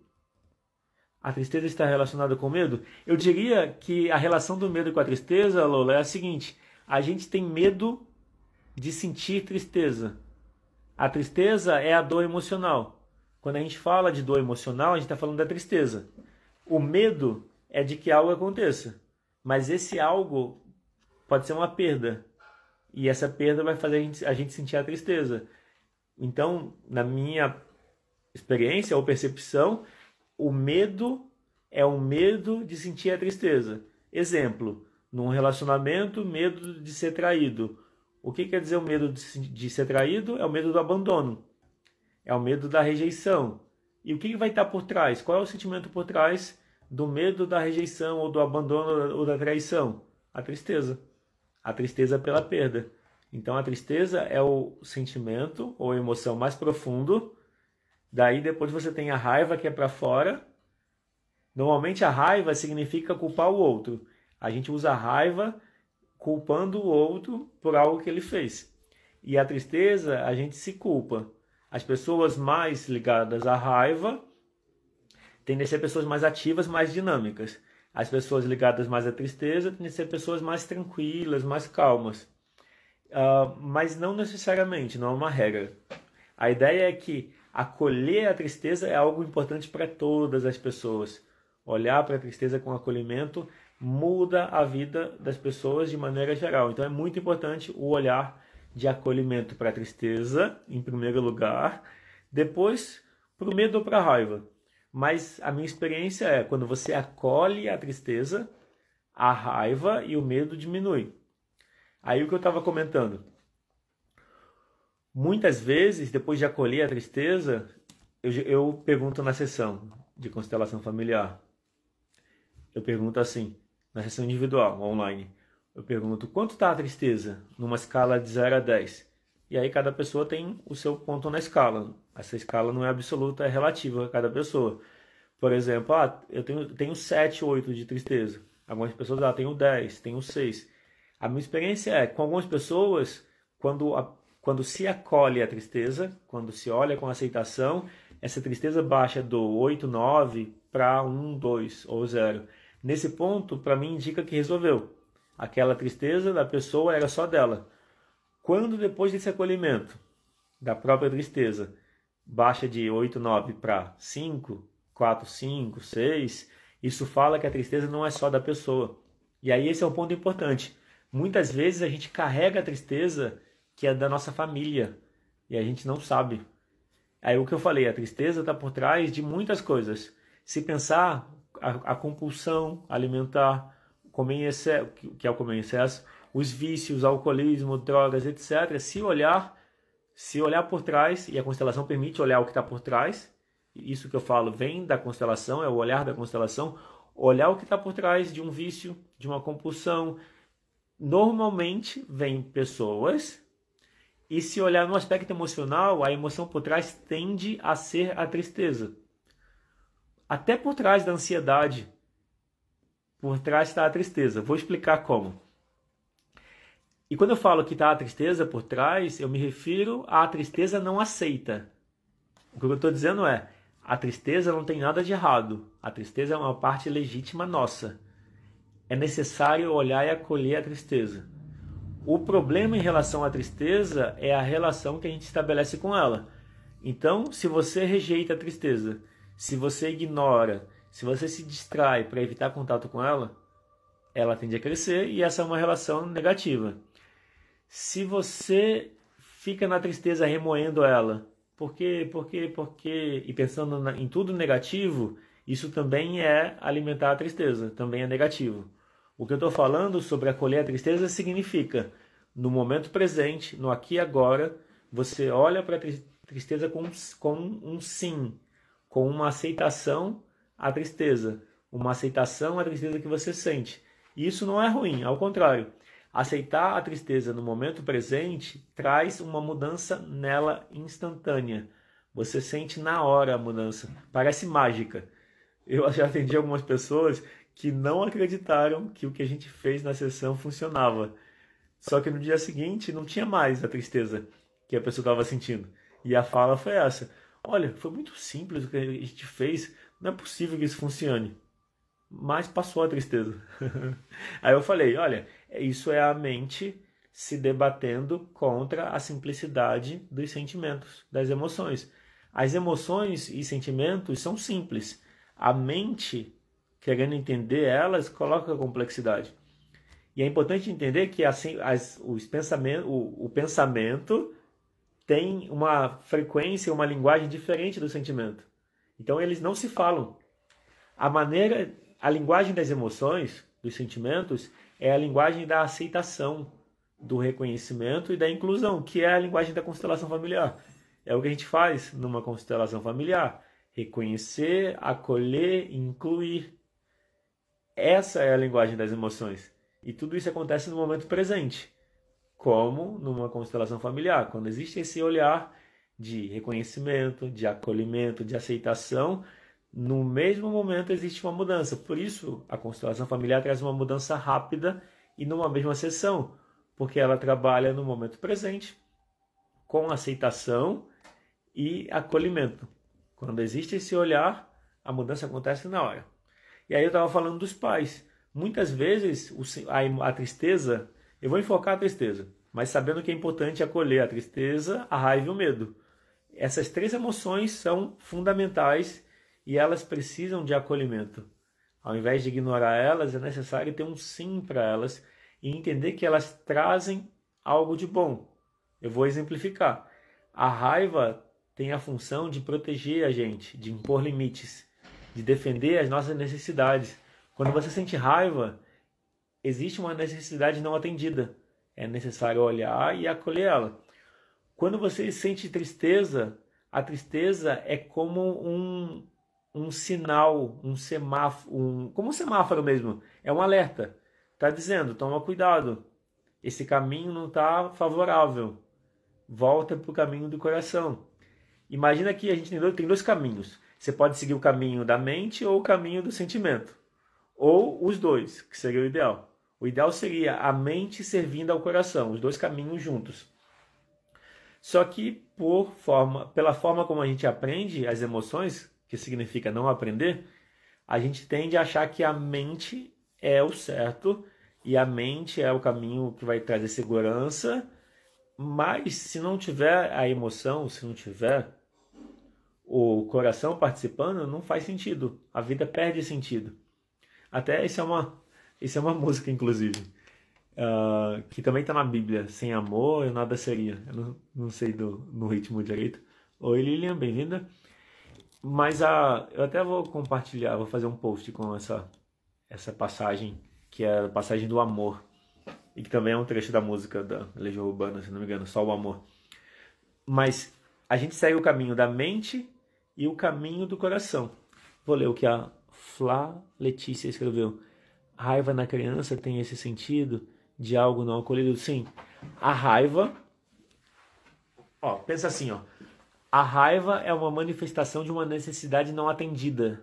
a tristeza está relacionada com medo. Eu diria que a relação do medo com a tristeza, Lola, é a seguinte. A gente tem medo de sentir tristeza. A tristeza é a dor emocional. Quando a gente fala de dor emocional, a gente está falando da tristeza. O medo é de que algo aconteça. Mas esse algo pode ser uma perda. E essa perda vai fazer a gente, a gente sentir a tristeza. Então, na minha experiência ou percepção, o medo é o medo de sentir a tristeza. Exemplo, num relacionamento, medo de ser traído. O que quer dizer o medo de ser traído? É o medo do abandono. É o medo da rejeição. E o que vai estar por trás? Qual é o sentimento por trás do medo da rejeição ou do abandono ou da traição? A tristeza. A tristeza pela perda. Então a tristeza é o sentimento ou a emoção mais profundo. Daí depois você tem a raiva, que é para fora. Normalmente a raiva significa culpar o outro. A gente usa a raiva culpando o outro por algo que ele fez. E a tristeza, a gente se culpa. As pessoas mais ligadas à raiva tendem a ser pessoas mais ativas, mais dinâmicas. As pessoas ligadas mais à tristeza tendem a ser pessoas mais tranquilas, mais calmas. Uh, mas não necessariamente, não é uma regra. A ideia é que acolher a tristeza é algo importante para todas as pessoas. Olhar para a tristeza com acolhimento muda a vida das pessoas de maneira geral. Então é muito importante o olhar de acolhimento para a tristeza, em primeiro lugar, depois para o medo ou para a raiva. Mas a minha experiência é, quando você acolhe a tristeza, a raiva e o medo diminuem. Aí o que eu estava comentando, muitas vezes, depois de acolher a tristeza, eu, eu pergunto na sessão de constelação familiar, eu pergunto assim, na sessão individual, online, eu pergunto, quanto está a tristeza numa escala de zero a dez? E aí cada pessoa tem o seu ponto na escala. Essa escala não é absoluta, é relativa a cada pessoa. Por exemplo, ah, eu tenho, tenho sete, oito de tristeza. Algumas pessoas ah, tenho dez, tenho seis. A minha experiência é, com algumas pessoas, quando, a, quando se acolhe a tristeza, quando se olha com aceitação, essa tristeza baixa do oito, nove para um, dois ou zero. Nesse ponto, para mim, indica que resolveu. Aquela tristeza da pessoa era só dela. Quando depois desse acolhimento da própria tristeza baixa de oito, nove para cinco, quatro, cinco, seis, isso fala que a tristeza não é só da pessoa. E aí esse é um ponto importante. Muitas vezes a gente carrega a tristeza que é da nossa família e a gente não sabe. Aí o que eu falei, a tristeza está por trás de muitas coisas. Se pensar, a, a compulsão alimentar, comer em excesso, que é o comer em excesso, os vícios, alcoolismo, drogas, etcétera. Se olhar, se olhar por trás, e a constelação permite olhar o que está por trás, isso que eu falo vem da constelação, é o olhar da constelação, olhar o que está por trás de um vício, de uma compulsão. Normalmente vem pessoas, e se olhar no aspecto emocional, a emoção por trás tende a ser a tristeza. Até por trás da ansiedade, por trás está a tristeza. Vou explicar como. E quando eu falo que está a tristeza por trás, eu me refiro à tristeza não aceita. O que eu estou dizendo é, a tristeza não tem nada de errado. A tristeza é uma parte legítima nossa. É necessário olhar e acolher a tristeza. O problema em relação à tristeza é a relação que a gente estabelece com ela. Então, se você rejeita a tristeza, se você ignora, se você se distrai para evitar contato com ela, ela tende a crescer e essa é uma relação negativa. Se você fica na tristeza remoendo ela, por quê, por quê, por quê, e pensando na, em tudo negativo, isso também é alimentar a tristeza, também é negativo. O que eu estou falando sobre acolher a tristeza significa, no momento presente, no aqui e agora, você olha para a tristeza com, com um sim, com uma aceitação à tristeza, uma aceitação à tristeza que você sente. E isso não é ruim, ao contrário. Aceitar a tristeza no momento presente traz uma mudança nela instantânea. Você sente na hora a mudança. Parece mágica. Eu já atendi algumas pessoas que não acreditaram que o que a gente fez na sessão funcionava. Só que no dia seguinte não tinha mais a tristeza que a pessoa estava sentindo. E a fala foi essa. Olha, foi muito simples o que a gente fez. Não é possível que isso funcione. Mas passou a tristeza. Aí eu falei, olha, isso é a mente se debatendo contra a simplicidade dos sentimentos, das emoções. As emoções e sentimentos são simples. A mente, querendo entender elas, coloca complexidade. E é importante entender que assim, as, os pensamento, o, o pensamento tem uma frequência, uma linguagem diferente do sentimento. Então eles não se falam. A maneira, a linguagem das emoções, dos sentimentos, é a linguagem da aceitação, do reconhecimento e da inclusão, que é a linguagem da constelação familiar. É o que a gente faz numa constelação familiar. Reconhecer, acolher, incluir. Essa é a linguagem das emoções. E tudo isso acontece no momento presente, como numa constelação familiar, quando existe esse olhar de reconhecimento, de acolhimento, de aceitação, no mesmo momento existe uma mudança. Por isso, a constelação familiar traz uma mudança rápida e numa mesma sessão, porque ela trabalha no momento presente, com aceitação e acolhimento. Quando existe esse olhar, a mudança acontece na hora. E aí eu estava falando dos pais. Muitas vezes a, a tristeza, eu vou enfocar a tristeza, mas sabendo que é importante acolher a tristeza, a raiva e o medo. Essas três emoções são fundamentais e elas precisam de acolhimento. Ao invés de ignorar elas, é necessário ter um sim para elas e entender que elas trazem algo de bom. Eu vou exemplificar. A raiva tem a função de proteger a gente, de impor limites, de defender as nossas necessidades. Quando você sente raiva, existe uma necessidade não atendida. É necessário olhar e acolher ela. Quando você sente tristeza, a tristeza é como um, um sinal, um semáforo, um, como um semáforo mesmo. É um alerta. Está dizendo, toma cuidado. Esse caminho não está favorável. Volta para o caminho do coração. Imagina que a gente tem dois, tem dois caminhos. Você pode seguir o caminho da mente ou o caminho do sentimento. Ou os dois, que seria o ideal. O ideal seria a mente servindo ao coração, os dois caminhos juntos. Só que por forma, pela forma como a gente aprende as emoções, que significa não aprender, a gente tende a achar que a mente é o certo e a mente é o caminho que vai trazer segurança, mas se não tiver a emoção, se não tiver o coração participando, não faz sentido. A vida perde sentido. Até isso é uma, isso é uma música, inclusive, uh, que também está na Bíblia. Sem amor, eu nada seria. Eu não, não sei do, no ritmo direito. Oi, Lilian, bem-vinda. Mas a, eu até vou compartilhar, vou fazer um post com essa, essa passagem, que é a passagem do amor. E que também é um trecho da música da Legião Urbana, se não me engano, Só o Amor. Mas a gente segue o caminho da mente e o caminho do coração. Vou ler o que a Flá Letícia escreveu. Raiva na criança tem esse sentido de algo não acolhido? Sim. A raiva... Ó, pensa assim, ó. A raiva é uma manifestação de uma necessidade não atendida.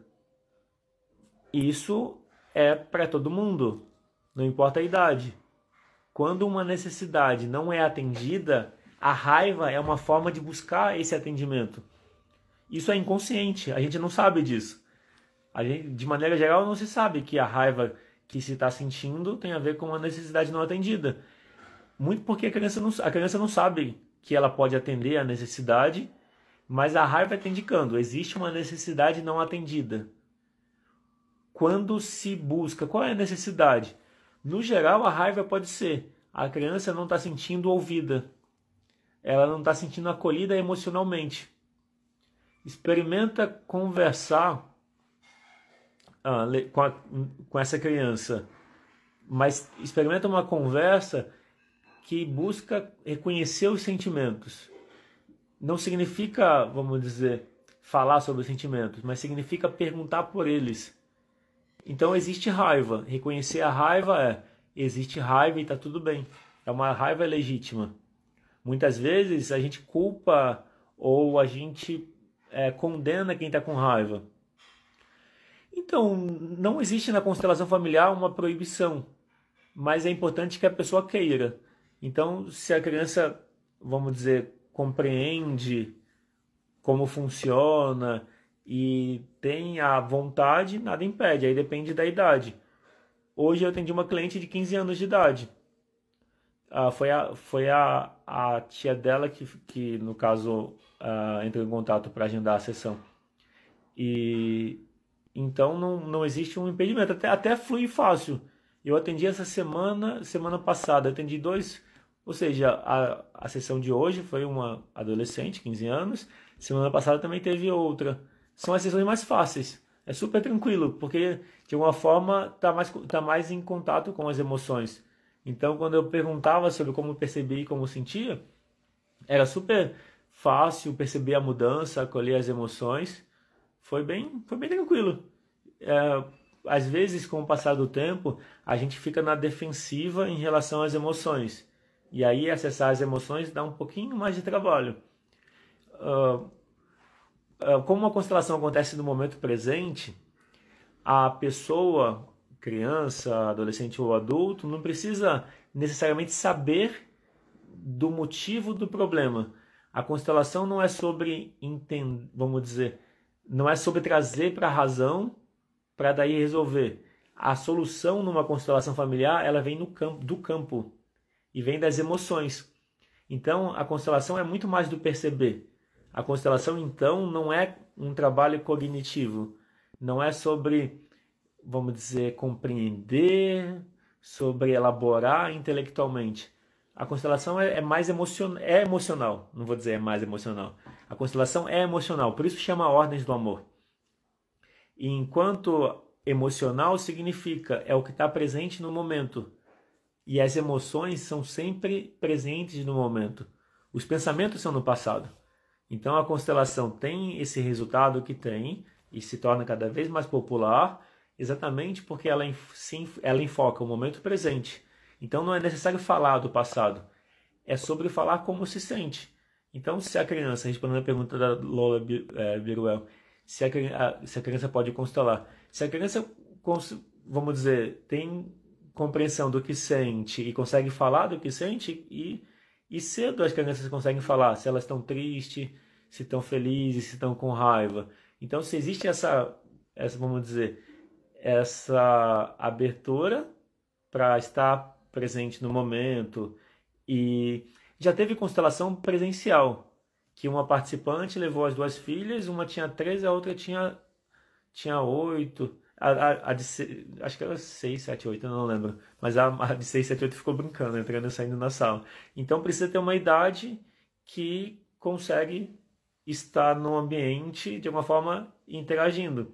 Isso é para todo mundo. Não importa a idade. Quando uma necessidade não é atendida, a raiva é uma forma de buscar esse atendimento. Isso é inconsciente, a gente não sabe disso. A gente, de maneira geral, não se sabe que a raiva que se está sentindo tem a ver com uma necessidade não atendida. Muito porque a criança, não, a criança não sabe que ela pode atender a necessidade, mas a raiva está indicando, existe uma necessidade não atendida. Quando se busca, qual é a necessidade? No geral, a raiva pode ser, a criança não está sentindo ouvida, ela não está sentindo acolhida emocionalmente. Experimenta conversar ah, com, a, com essa criança, mas experimenta uma conversa que busca reconhecer os sentimentos. Não significa, vamos dizer, falar sobre os sentimentos, mas significa perguntar por eles. Então existe raiva. Reconhecer a raiva é, existe raiva e está tudo bem. É uma raiva legítima. Muitas vezes a gente culpa ou a gente é, condena quem está com raiva. Então, não existe na constelação familiar uma proibição, mas é importante que a pessoa queira. Então, se a criança, vamos dizer, compreende como funciona e tem a vontade, nada impede, aí depende da idade. Hoje eu atendi uma cliente de quinze anos de idade. Ah, foi a, foi a, a tia dela que, que no caso, ah, entrou em contato para agendar a sessão. E então não, não existe um impedimento, até, até flui fácil. Eu atendi essa semana, semana passada, atendi dois, ou seja, a, a sessão de hoje foi uma adolescente, quinze anos, semana passada também teve outra. São as sessões mais fáceis. É super tranquilo, porque de alguma forma está mais, tá mais em contato com as emoções. Então, quando eu perguntava sobre como perceber e como sentia, era super fácil perceber a mudança, acolher as emoções. Foi bem, foi bem tranquilo. É, às vezes, com o passar do tempo, a gente fica na defensiva em relação às emoções. E aí, acessar as emoções dá um pouquinho mais de trabalho. Uh, uh, como a constelação acontece no momento presente, a pessoa, criança, adolescente ou adulto, não precisa necessariamente saber do motivo do problema. A constelação não é sobre entender, vamos dizer, não é sobre trazer para a razão para daí resolver. A solução numa constelação familiar, ela vem no campo, do campo e vem das emoções. Então, a constelação é muito mais do perceber. A constelação, então, não é um trabalho cognitivo. Não é sobre, vamos dizer, compreender, sobre elaborar intelectualmente. A constelação é, é mais emocion... é emocional, não vou dizer é mais emocional. A constelação é emocional, por isso chama Ordens do Amor. E enquanto emocional significa é o que está presente no momento. E as emoções são sempre presentes no momento. Os pensamentos são no passado. Então a constelação tem esse resultado que tem e se torna cada vez mais popular, exatamente porque ela, sim, ela enfoca o momento presente. Então não é necessário falar do passado, é sobre falar como se sente. Então, se a criança, respondendo a pergunta da Lola Biruel, se a, se a criança pode constelar, se a criança, vamos dizer, tem compreensão do que sente e consegue falar do que sente, e, e cedo as crianças conseguem falar se elas estão tristes, se estão felizes, se estão com raiva. Então, se existe essa, essa vamos dizer, essa abertura para estar presente no momento. E já teve constelação presencial, que uma participante levou as duas filhas, uma tinha treze, a outra tinha, tinha oito, a, a, a de acho que era seis, sete, oito, eu não lembro, mas a, a de seis, sete, oito ficou brincando, entrando e saindo na sala. Então precisa ter uma idade que consegue estar no ambiente de uma forma interagindo.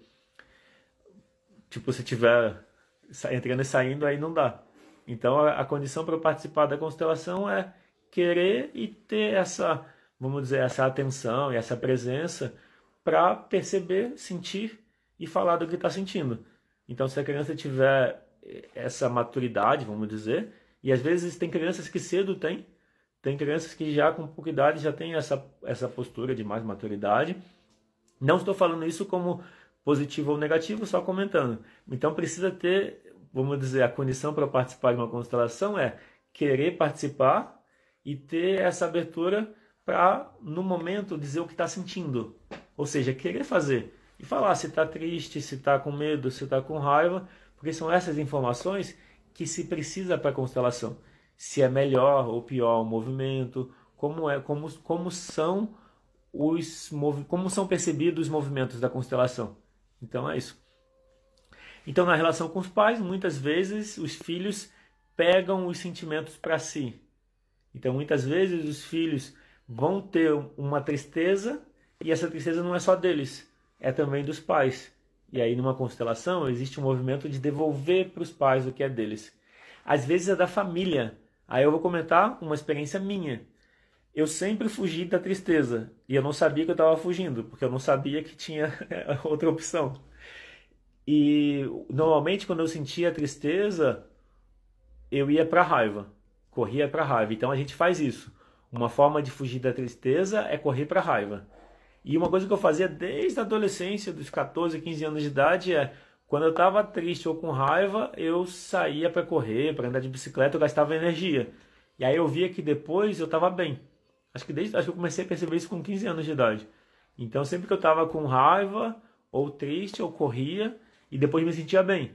Tipo, se tiver entrando e saindo, aí não dá. Então, a, a condição para participar da constelação é querer e ter essa, vamos dizer, essa atenção e essa presença para perceber, sentir e falar do que está sentindo. Então, se a criança tiver essa maturidade, vamos dizer, e às vezes tem crianças que cedo têm, tem crianças que já com pouca idade já têm essa, essa postura de mais maturidade. Não estou falando isso como positivo ou negativo, só comentando. Então, precisa ter, vamos dizer, a condição para participar de uma constelação é querer participar e ter essa abertura para, no momento, dizer o que está sentindo. Ou seja, querer fazer. E falar se está triste, se está com medo, se está com raiva, porque são essas informações que se precisa para a constelação. Se é melhor ou pior o movimento, como, é, como, como, são, os, como são percebidos os movimentos da constelação. Então é isso. Então, na relação com os pais, muitas vezes os filhos pegam os sentimentos para si. Então, muitas vezes os filhos vão ter uma tristeza e essa tristeza não é só deles, é também dos pais. E aí, numa constelação, existe um movimento de devolver para os pais o que é deles. Às vezes é da família. Aí eu vou comentar uma experiência minha. Eu sempre fugi da tristeza e eu não sabia que eu estava fugindo, porque eu não sabia que tinha outra opção. E normalmente quando eu sentia tristeza, eu ia para a raiva, corria para a raiva. Então a gente faz isso. Uma forma de fugir da tristeza é correr para a raiva. E uma coisa que eu fazia desde a adolescência, dos catorze, quinze anos de idade, é quando eu estava triste ou com raiva, eu saía para correr, para andar de bicicleta, eu gastava energia. E aí eu via que depois eu estava bem. Acho que, desde, acho que eu comecei a perceber isso com quinze anos de idade. Então sempre que eu estava com raiva, ou triste, eu corria e depois me sentia bem.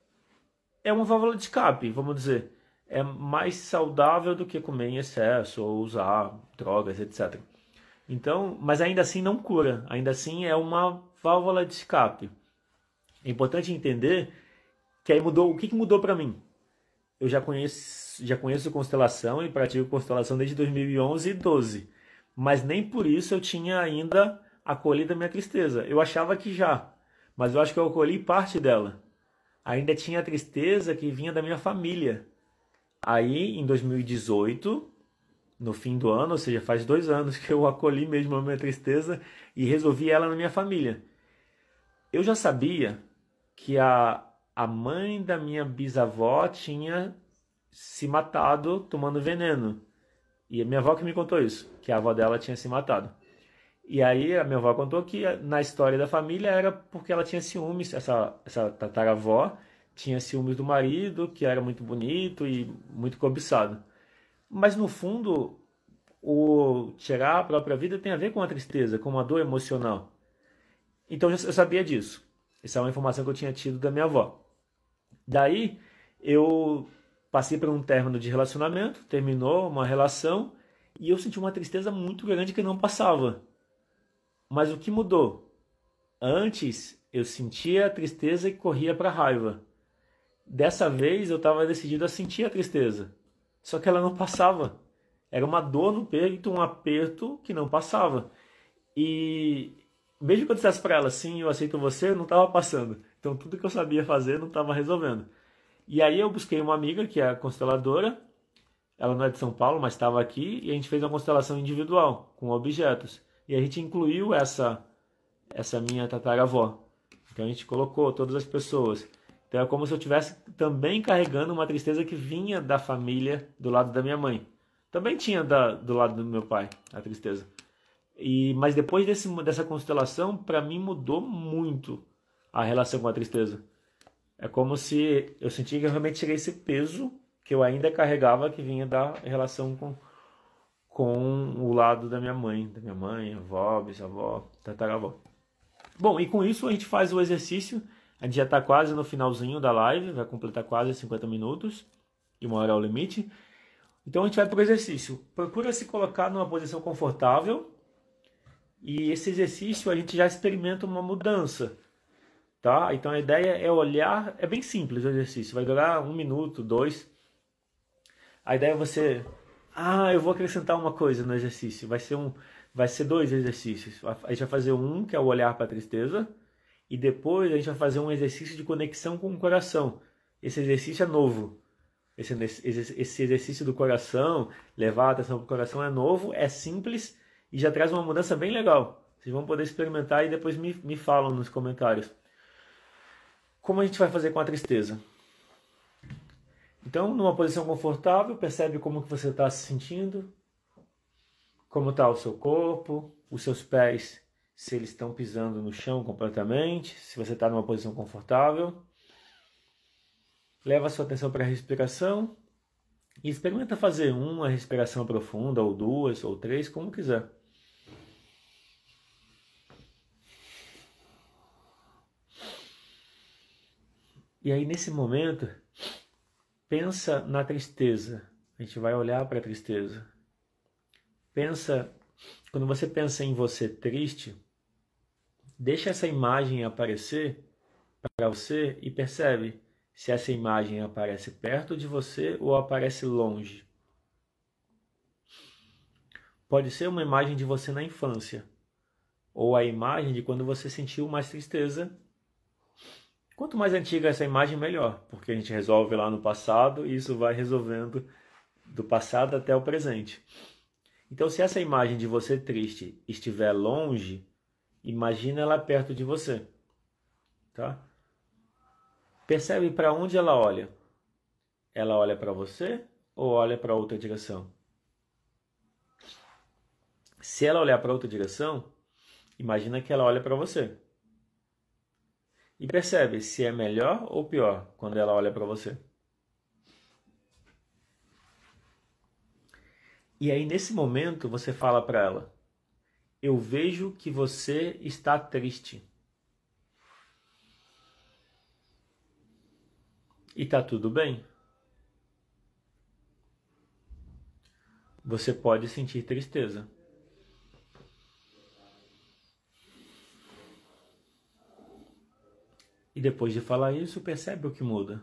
É uma válvula de escape, vamos dizer. É mais saudável do que comer em excesso ou usar drogas, etcétera. Então, mas ainda assim não cura. Ainda assim é uma válvula de escape. É importante entender que aí mudou. O que, que mudou para mim? Eu já conheço, já conheço constelação e pratico constelação desde dois mil e onze e doze. Mas nem por isso eu tinha ainda acolhido a minha tristeza. Eu achava que já. mas eu acho que eu acolhi parte dela. Ainda tinha a tristeza que vinha da minha família. Aí, em dois mil e dezoito, no fim do ano, ou seja, faz dois anos que eu acolhi mesmo a minha tristeza e resolvi ela na minha família. Eu já sabia que a, a mãe da minha bisavó tinha se matado tomando veneno. E a minha avó que me contou isso, que a avó dela tinha se matado. E aí a minha avó contou que na história da família era porque ela tinha ciúmes, essa, essa tataravó tinha ciúmes do marido, que era muito bonito e muito cobiçado. Mas no fundo, o tirar a própria vida tem a ver com a tristeza, com uma dor emocional. Então eu sabia disso. Essa é uma informação que eu tinha tido da minha avó. Daí eu passei por um término de relacionamento, terminou uma relação e eu senti uma tristeza muito grande que não passava. Mas o que mudou? Antes eu sentia a tristeza e corria para a raiva. Dessa vez eu estava decidido a sentir a tristeza. Só que ela não passava. Era uma dor no peito, um aperto que não passava. E mesmo que eu dissesse para ela, sim, eu aceito você, não estava passando. Então tudo que eu sabia fazer não estava resolvendo. E aí eu busquei uma amiga, que é a consteladora. Ela não é de São Paulo, mas estava aqui. E a gente fez uma constelação individual, com objetos. E a gente incluiu essa, essa minha tataravó. Então a gente colocou todas as pessoas. Então é como se eu estivesse também carregando uma tristeza que vinha da família do lado da minha mãe. Também tinha da, do lado do meu pai a tristeza. E, mas depois desse, dessa constelação, para mim mudou muito a relação com a tristeza. É como se eu sentia que eu realmente tirei esse peso que eu ainda carregava, que vinha da relação com, com o lado da minha mãe. Da minha mãe, avó, bisavó, tataravó. Bom, e com isso a gente faz o exercício. A gente já está quase no finalzinho da live, vai completar quase cinquenta minutos, e uma hora é o limite. Então a gente vai para o exercício. Procura se colocar numa posição confortável, e esse exercício a gente já experimenta uma mudança. Tá? Então a ideia é olhar, é bem simples o exercício, vai durar um minuto, dois. A ideia é você, ah, eu vou acrescentar uma coisa no exercício, vai ser, um, vai ser dois exercícios. A gente vai fazer um, que é o olhar para a tristeza, e depois a gente vai fazer um exercício de conexão com o coração. Esse exercício é novo. Esse, esse exercício do coração, levar a atenção para o coração é novo, é simples e já traz uma mudança bem legal. Vocês vão poder experimentar e depois me, me falam nos comentários. Como a gente vai fazer com a tristeza? Então, numa posição confortável, percebe como que você está se sentindo, como está o seu corpo, os seus pés, se eles estão pisando no chão completamente, se você está numa posição confortável. Leva a sua atenção para a respiração e experimenta fazer uma respiração profunda, ou duas, ou três, como quiser. E aí, nesse momento, pensa na tristeza. A gente vai olhar para a tristeza. Pensa, quando você pensa em você triste, deixa essa imagem aparecer para você e percebe se essa imagem aparece perto de você ou aparece longe. Pode ser uma imagem de você na infância, ou a imagem de quando você sentiu mais tristeza. Quanto mais antiga essa imagem, melhor, porque a gente resolve lá no passado e isso vai resolvendo do passado até o presente. Então, se essa imagem de você triste estiver longe, imagina ela perto de você, tá? Percebe para onde ela olha. Ela olha para você ou olha para outra direção? Se ela olhar para outra direção, imagina que ela olha para você. E percebe se é melhor ou pior quando ela olha para você. E aí, nesse momento, você fala para ela: eu vejo que você está triste. E tá tudo bem. Você pode sentir tristeza. E depois de falar isso, percebe o que muda.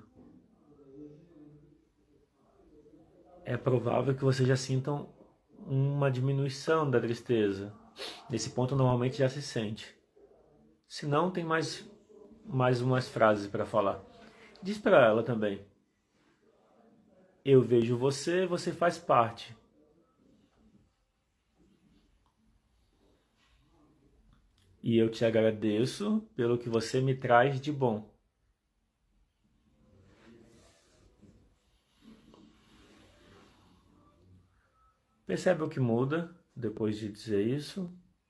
É provável que vocês já sintam uma diminuição da tristeza. Nesse ponto, normalmente já se sente. Se não, tem mais mais umas frases para falar. Diz para ela também: eu vejo você, você faz parte. E eu te agradeço pelo que você me traz de bom. Percebe o que muda depois de dizer isso?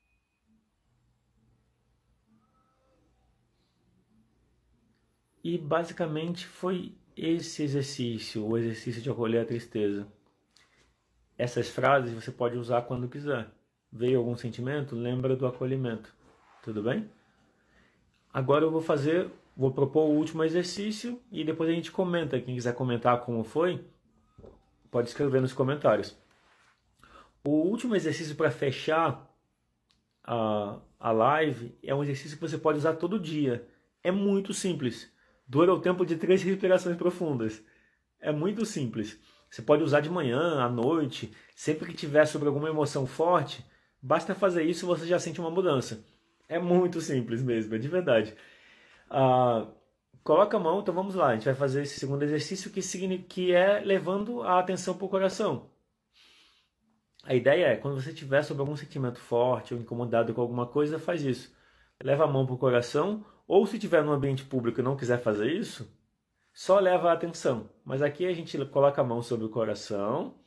E basicamente foi esse exercício, o exercício de acolher a tristeza. Essas frases você pode usar quando quiser. Veio algum sentimento? Lembra do acolhimento. Tudo bem? Agora eu vou fazer, vou propor o último exercício e depois a gente comenta. Quem quiser comentar como foi, pode escrever nos comentários. O último exercício para fechar a, a live é um exercício que você pode usar todo dia. É muito simples. Dura o tempo de três respirações profundas. É muito simples. Você pode usar de manhã, à noite, sempre que tiver sobre alguma emoção forte. Basta fazer isso e você já sente uma mudança. É muito simples mesmo, é de verdade. Ah, coloca a mão, então vamos lá. A gente vai fazer esse segundo exercício que, que é levando a atenção para o coração. A ideia é, quando você estiver sob algum sentimento forte ou incomodado com alguma coisa, faz isso. Leva a mão para o coração, ou se estiver num ambiente público e não quiser fazer isso, só leva a atenção. Mas aqui a gente coloca a mão sobre o coração.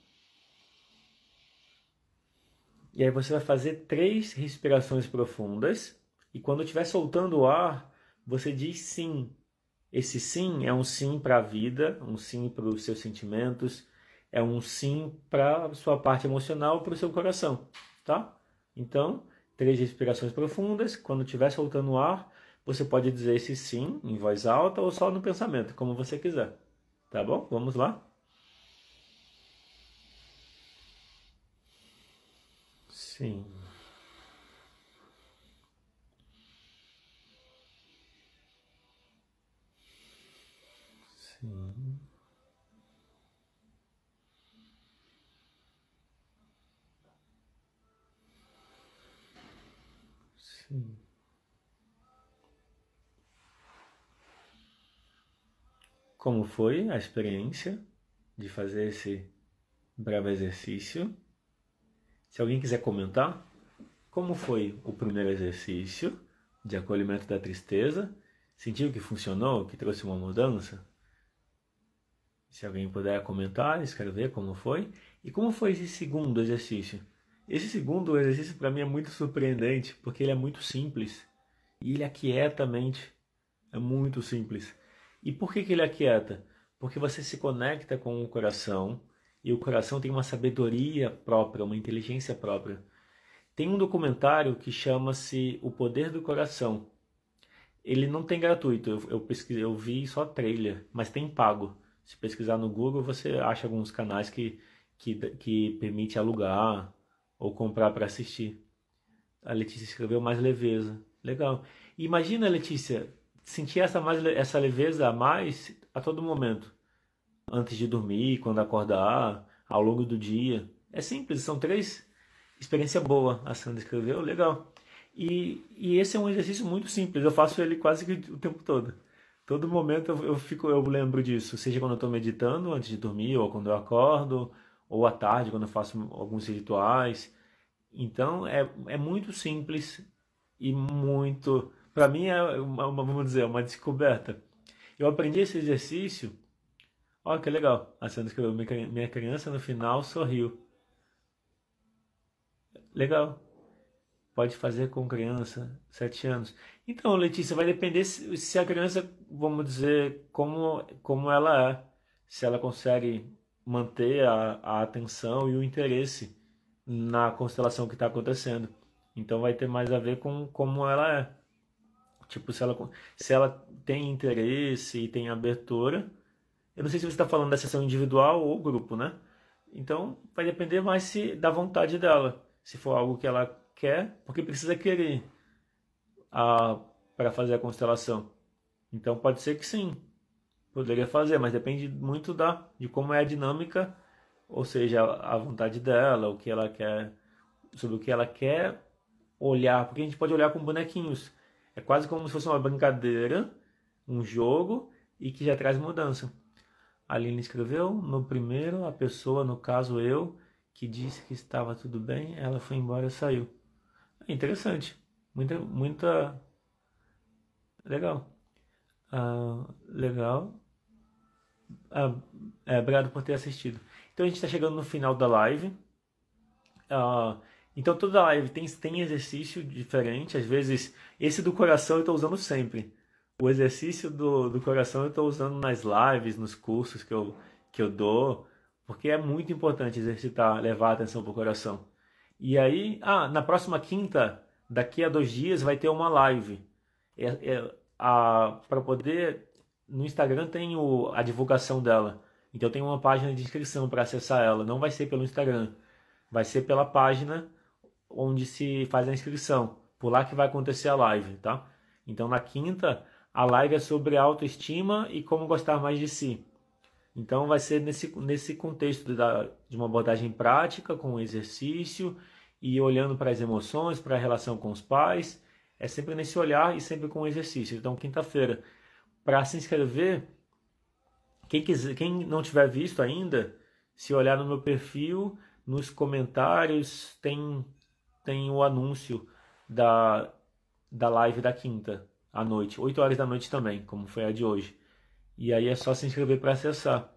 E aí você vai fazer três respirações profundas. E quando estiver soltando o ar, você diz sim. Esse sim é um sim para a vida, um sim para os seus sentimentos, é um sim para a sua parte emocional, para o seu coração, tá? Então, três respirações profundas. Quando estiver soltando o ar, você pode dizer esse sim em voz alta ou só no pensamento, como você quiser. Tá bom? Vamos lá? Sim. Sim. Sim. Como foi a experiência de fazer esse breve exercício? Se alguém quiser comentar, como foi o primeiro exercício de acolhimento da tristeza? Sentiu que funcionou, que trouxe uma mudança? Se alguém puder comentar, escrever como foi. E como foi esse segundo exercício? Esse segundo exercício para mim é muito surpreendente, porque ele é muito simples. E ele aquieta a mente. É muito simples. E por que, que ele aquieta? Porque você se conecta com o coração, e o coração tem uma sabedoria própria, uma inteligência própria. Tem um documentário que chama-se O Poder do Coração. Ele não tem gratuito, eu, eu, pesquisei, eu vi só trailer, mas tem pago. Se pesquisar no Google, você acha alguns canais que, que, que permite alugar ou comprar para assistir. A Letícia escreveu mais leveza. Legal. E imagina, Letícia, sentir essa, mais, essa leveza a mais a todo momento. Antes de dormir, quando acordar, ao longo do dia. É simples, são três experiências boas. A Sandra escreveu, legal. E, e esse é um exercício muito simples, eu faço ele quase que o tempo todo. Todo momento eu, eu, fico, eu lembro disso, seja quando eu estou meditando antes de dormir, ou quando eu acordo, ou à tarde, quando eu faço alguns rituais. Então é, é muito simples e muito... Para mim é uma, uma, vamos dizer, uma descoberta. Eu aprendi esse exercício. Olha que legal. A Sandra escreveu: minha criança no final sorriu. Legal. Pode fazer com criança, sete anos. Então, Letícia, vai depender se, se a criança, vamos dizer, como, como ela é. Se ela consegue manter a, a atenção e o interesse na constelação que está acontecendo. Então vai ter mais a ver com como ela é. Tipo, se ela, se ela tem interesse e tem abertura. Eu não sei se você está falando da sessão individual ou grupo, né? Então vai depender mais se, da vontade dela. Se for algo que ela quer, porque precisa querer para fazer a constelação. Então pode ser que sim, poderia fazer, mas depende muito da, de como é a dinâmica, ou seja, a vontade dela, o que ela quer, sobre o que ela quer olhar, porque a gente pode olhar com bonequinhos. É quase como se fosse uma brincadeira um jogo e que já traz mudança. A Aline escreveu, no primeiro, a pessoa, no caso eu, que disse que estava tudo bem, ela foi embora e saiu. É interessante. Muita, muita... Legal. Ah, legal. Ah, é, obrigado por ter assistido. Então a gente está chegando no final da live. Ah, então toda live tem, tem exercício diferente. Às vezes, esse do coração eu estou usando sempre. O exercício do, do coração eu estou usando nas lives, nos cursos que eu, que eu dou, porque é muito importante exercitar, levar a atenção para o coração. E aí, ah, na próxima quinta, daqui a dois dias, vai ter uma live. É, é, para poder... No Instagram tem o, a divulgação dela. Então tem uma página de inscrição para acessar ela. Não vai ser pelo Instagram. Vai ser pela página onde se faz a inscrição. Por lá que vai acontecer a live, tá? Então na quinta, a live é sobre autoestima e como gostar mais de si. Então vai ser nesse, nesse contexto da, de uma abordagem prática, com exercício e olhando para as emoções, para a relação com os pais. É sempre nesse olhar e sempre com exercício. Então quinta-feira, para se inscrever, quem, quiser, quem não tiver visto ainda, se olhar no meu perfil, nos comentários tem, tem o anúncio da, da live da quinta à noite, oito horas da noite também, como foi a de hoje. E aí é só se inscrever para acessar.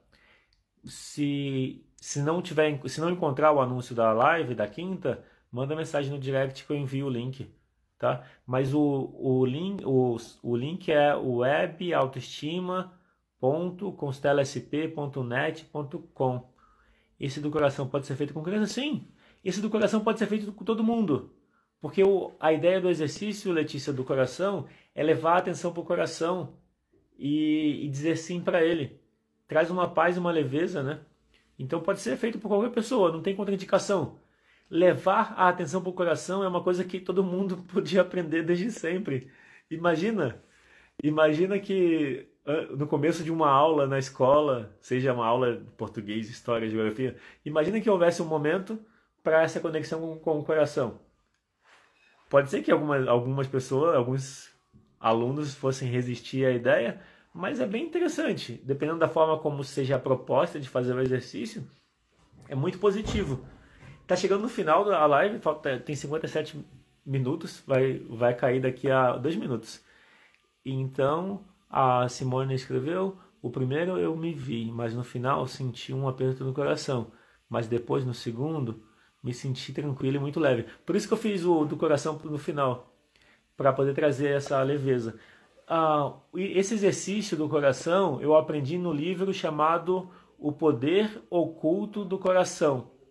Se, se, não tiver, se não encontrar o anúncio da live da quinta, manda mensagem no direct que eu envio o link. Tá? Mas o, o, link, o, o link é web autoestima ponto constela s p ponto net ponto com. Esse do coração pode ser feito com criança? Sim. Esse do coração pode ser feito com todo mundo. Porque o, a ideia do exercício, Letícia, do coração, é levar a atenção para o coração e, e dizer sim para ele. Traz uma paz e uma leveza, né? Então pode ser feito por qualquer pessoa, não tem contraindicação. Levar a atenção para o coração é uma coisa que todo mundo podia aprender desde sempre. Imagina, imagina que no começo de uma aula na escola, seja uma aula de português, história, geografia, imagina que houvesse um momento para essa conexão com, com o coração. Pode ser que algumas, algumas pessoas, alguns alunos fossem resistir à ideia, mas é bem interessante. Dependendo da forma como seja a proposta de fazer o exercício, é muito positivo. Tá chegando no final da live, falta, tem cinquenta e sete minutos, vai, vai cair daqui a dois minutos. Então, a Simone escreveu, o primeiro eu me vi, mas no final senti um aperto no coração. Mas depois, no segundo, me senti tranquilo e muito leve. Por isso que eu fiz o do coração no final, para poder trazer essa leveza. Ah, esse exercício do coração eu aprendi no livro chamado O Poder Oculto do Coração.